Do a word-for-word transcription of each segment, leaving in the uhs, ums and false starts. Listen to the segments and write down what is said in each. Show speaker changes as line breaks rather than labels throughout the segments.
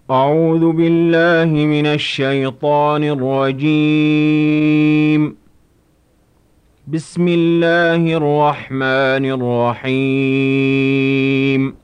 أعوذ بالله من الشيطان الرجيم. بسم الله الرحمن الرحيم.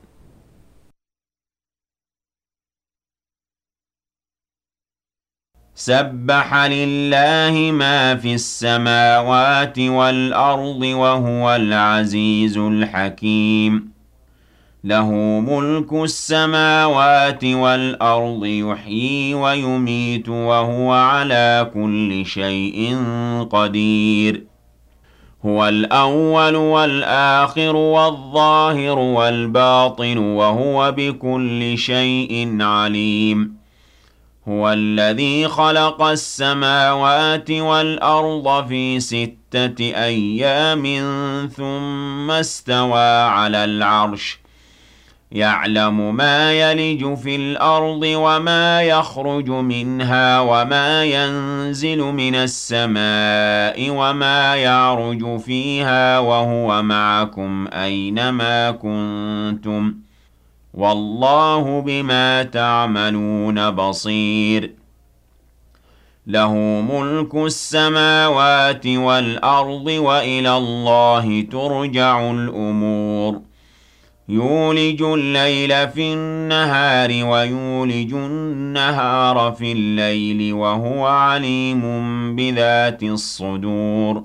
سبح لله ما في السماوات والأرض وهو العزيز الحكيم. له ملك السماوات والأرض يحيي ويميت وهو على كل شيء قدير. هو الأول والآخر والظاهر والباطن وهو بكل شيء عليم. هو الذي خلق السماوات والأرض في ستة أيام ثم استوى على العرش يعلم ما يلج في الأرض وما يخرج منها وما ينزل من السماء وما يعرج فيها وهو معكم أينما كنتم والله بما تعملون بصير. له ملك السماوات والأرض وإلى الله ترجع الأمور. يولج الليل في النهار ويولج النهار في الليل وهو عليم بذات الصدور.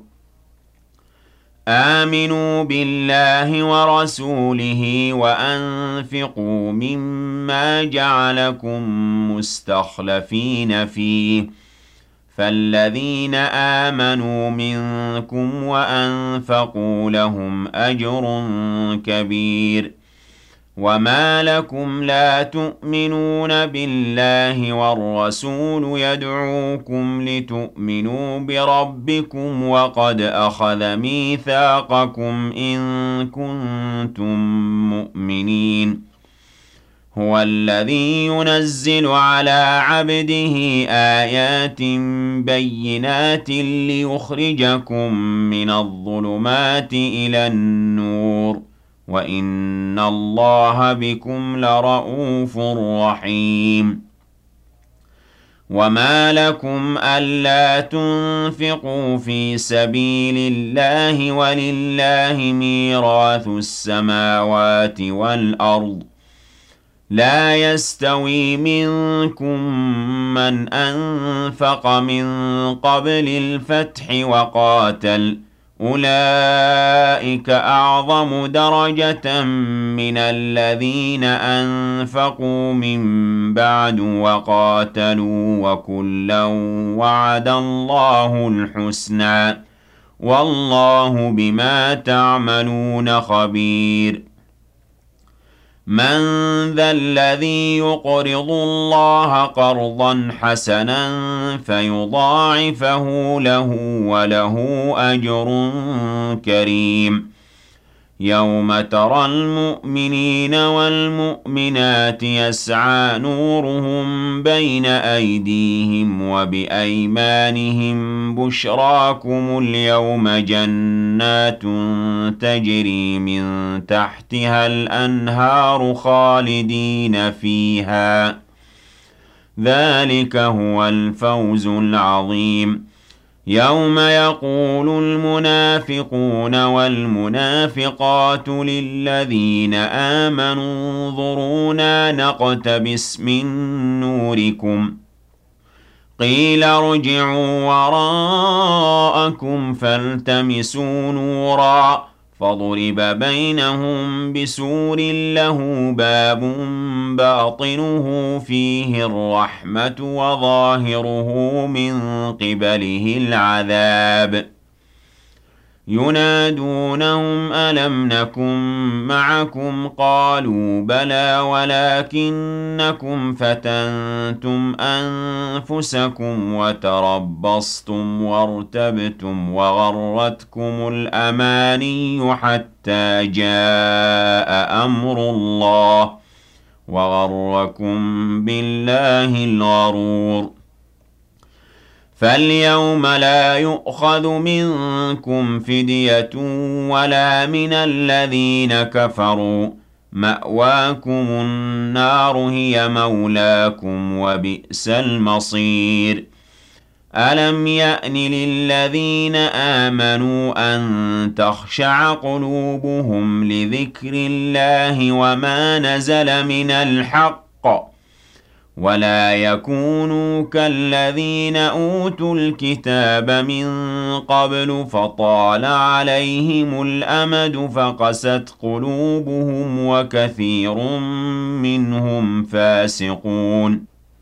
آمنوا بالله ورسوله وأنفقوا مما جعلكم مستخلفين فيه فالذين آمنوا منكم وأنفقوا لهم أجر كبير. وما لكم لا تؤمنون بالله والرسول يدعوكم لتؤمنوا بربكم وقد أخذ ميثاقكم إن كنتم مؤمنين. هو الذي ينزل على عبده آيات بينات ليخرجكم من الظلمات إلى النور وإن الله بكم لرءوف رحيم. وما لكم ألا تنفقوا في سبيل الله ولله ميراث السماوات والأرض لا يستوي منكم من أنفق من قبل الفتح وقاتل أولئك أعظم درجة من الذين أنفقوا من بعد وقاتلوا وكلا وعد الله الحسنى والله بما تعملون خبير. من ذا الذي يقرض الله قرضا حسنا فيضاعفه له وله أجر كريم. يوم ترى المؤمنين والمؤمنات يسعى نورهم بين أيديهم وبأيمانهم بشراكم اليوم جنات تجري من تحتها الأنهار خالدين فيها ذلك هو الفوز العظيم. يوم يقول المنافقون والمنافقات للذين آمنوا انظرونا نقتبس من نوركم قيل ارجعوا وراءكم فالتمسوا نورا فضرب بينهم بسور له باب باطنه فيه الرحمة وظاهره من قبله العذاب. ينادونهم ألم نكن معكم قالوا بلى ولكنكم فتنتم أنفسكم وتربصتم وارتبتم وغرتكم الأماني حتى جاء أمر الله وغركم بالله الغرور. فاليوم لا يؤخذ منكم فدية ولا من الذين كفروا مأواكم النار هي مولاكم وبئس المصير ألم يأن للذين آمنوا أن تخشع قلوبهم لذكر الله وما نزل من الحق ولا يكونوا كالذين أوتوا الكتاب من قبل فطال عليهم الأمد فقست قلوبهم وكثير منهم فاسقون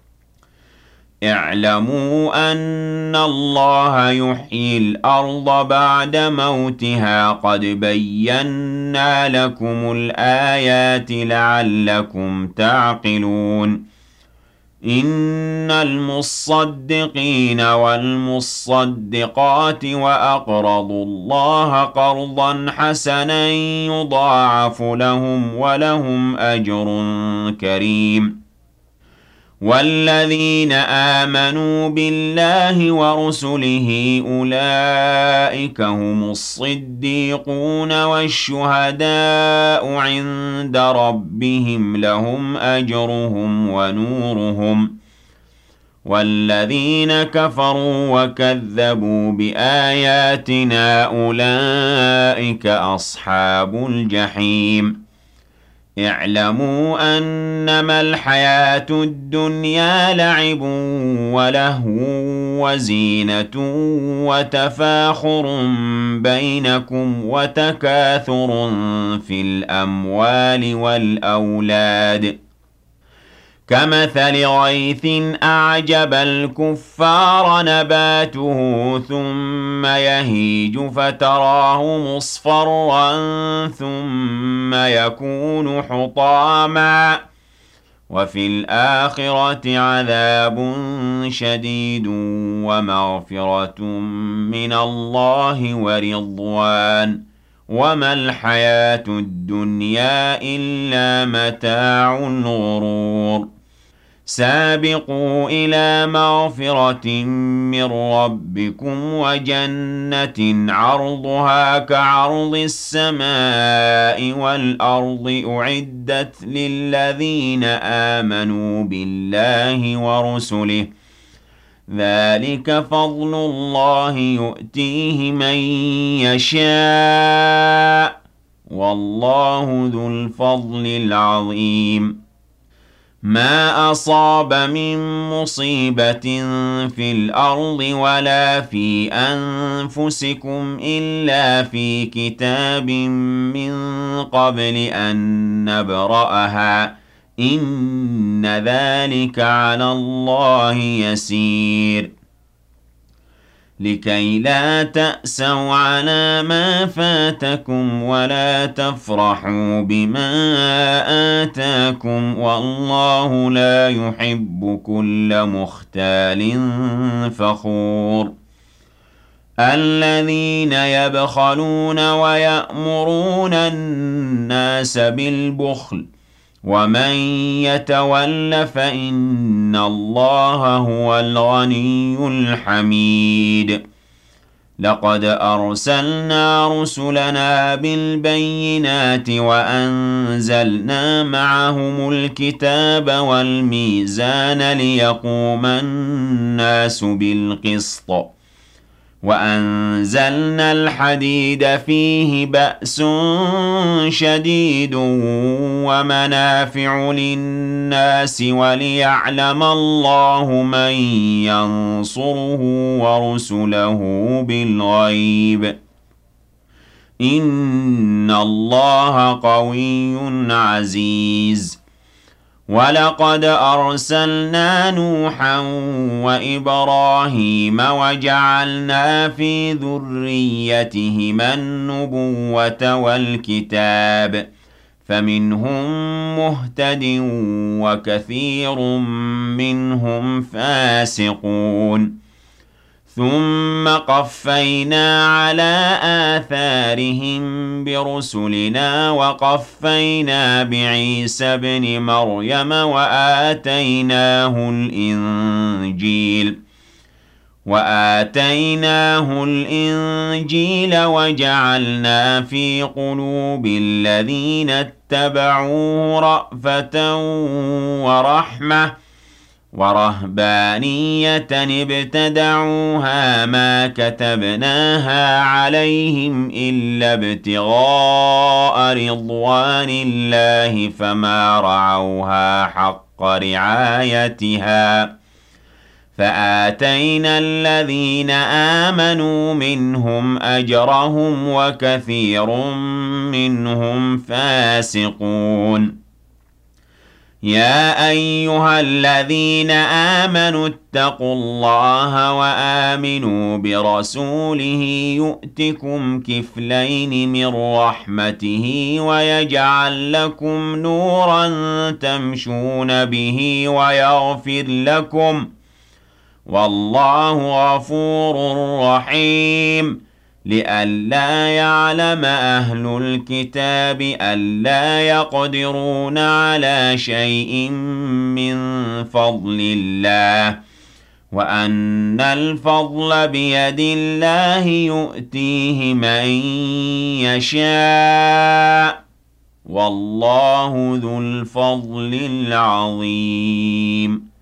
اعلموا أن الله يحيي الأرض بعد موتها قد بينا لكم الآيات لعلكم تعقلون إن المصدقين والمصدقات وأقرضوا الله قرضا حسنا يضاعف لهم ولهم أجر كريم والذين آمنوا بالله ورسله أولئك هم الصديقون والشهداء عند ربهم لهم أجرهم ونورهم والذين كفروا وكذبوا بآياتنا أولئك أصحاب الجحيم اعلموا أنما الحياة الدنيا لعب ولهو وزينة وتفاخر بينكم وتكاثر في الأموال والأولاد كمثل غيث أعجب الكفار نباته ثم يهيج فتراه مصفرا ثم يكون حطاما وفي الآخرة عذاب شديد ومغفرة من الله ورضوان وما الحياة الدنيا إلا متاع الغرور سابقوا إلى مغفرة من ربكم وجنة عرضها كعرض السماء والأرض أعدت للذين آمنوا بالله ورسله ذلك فضل الله يؤتيه من يشاء والله ذو الفضل العظيم ما أصاب من مصيبة في الأرض ولا في أنفسكم إلا في كتاب من قبل أن نبرأها إن ذلك على الله يسير لكي لا تأسوا على ما فاتكم ولا تفرحوا بما آتاكم والله لا يحب كل مختال فخور الذين يبخلون ويأمرون الناس بالبخل ومن يتول فإن الله هو الغني الحميد لقد أرسلنا رسلنا بالبينات وأنزلنا معهم الكتاب والميزان ليقوم الناس بالقسط وأنزلنا الحديد فيه بأس شديد ومنافع للناس وليعلم الله من ينصره ورسله بالغيب إن الله قوي عزيز ولقد أرسلنا نوحا وإبراهيم وجعلنا في ذريتهما النبوة والكتاب فمنهم مهتد وكثير منهم فاسقون ثم قفينا على آثارهم برسلنا وقفينا بعيسى ابن مريم وآتيناه الإنجيل وآتيناه الإنجيل وجعلنا في قلوب الذين اتبعوه رأفة ورحمة ورهبانية ابتدعوها ما كتبناها عليهم إلا ابتغاء رضوان الله فما رعوها حق رعايتها فآتينا الذين آمنوا منهم أجرهم وكثير منهم فاسقون يا أيها الذين آمنوا اتقوا الله وآمنوا برسوله يؤتكم كفلين من رحمته ويجعل لكم نورا تمشون به ويغفر لكم والله غفور رحيم لئلا يعلم أهل الكتاب ألا يقدرون على شيء من فضل الله وأن الفضل بيد الله يؤتيه من يشاء والله ذو الفضل العظيم